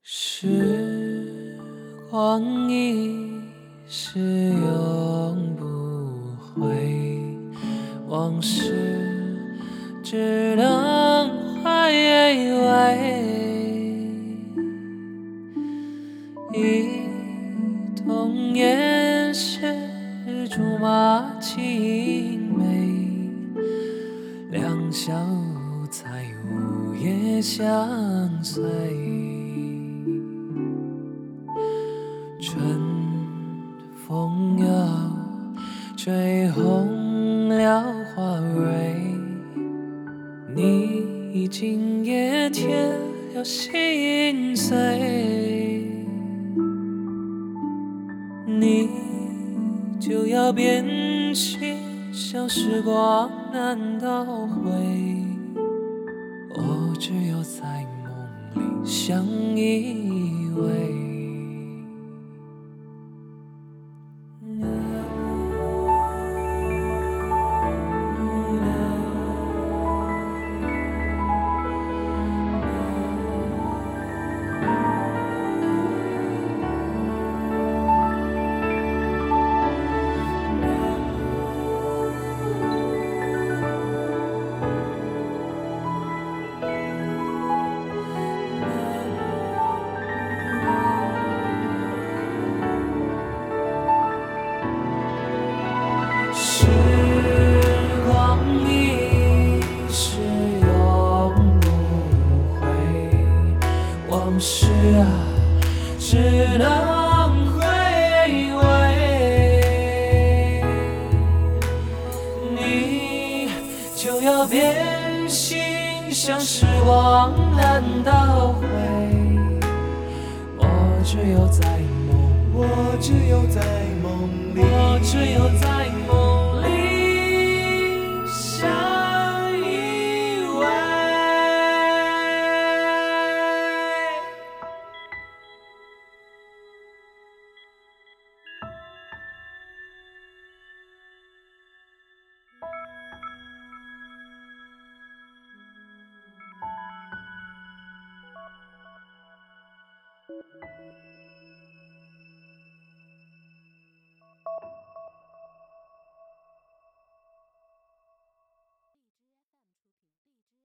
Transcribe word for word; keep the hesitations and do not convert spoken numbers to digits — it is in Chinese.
时光一逝永不回，往事只能回味。一童年时竹马青梅，两小无猜午夜相随。春风又吹红了花蕊，你今夜添了心碎，你就要变心，像时光难倒回，我只有在梦里相依偎。时光一逝永不回，往事啊，只能回味。你就要变心，像时光难倒回，我只有在梦， 我只有在梦里， 我只有在梦里相依偎。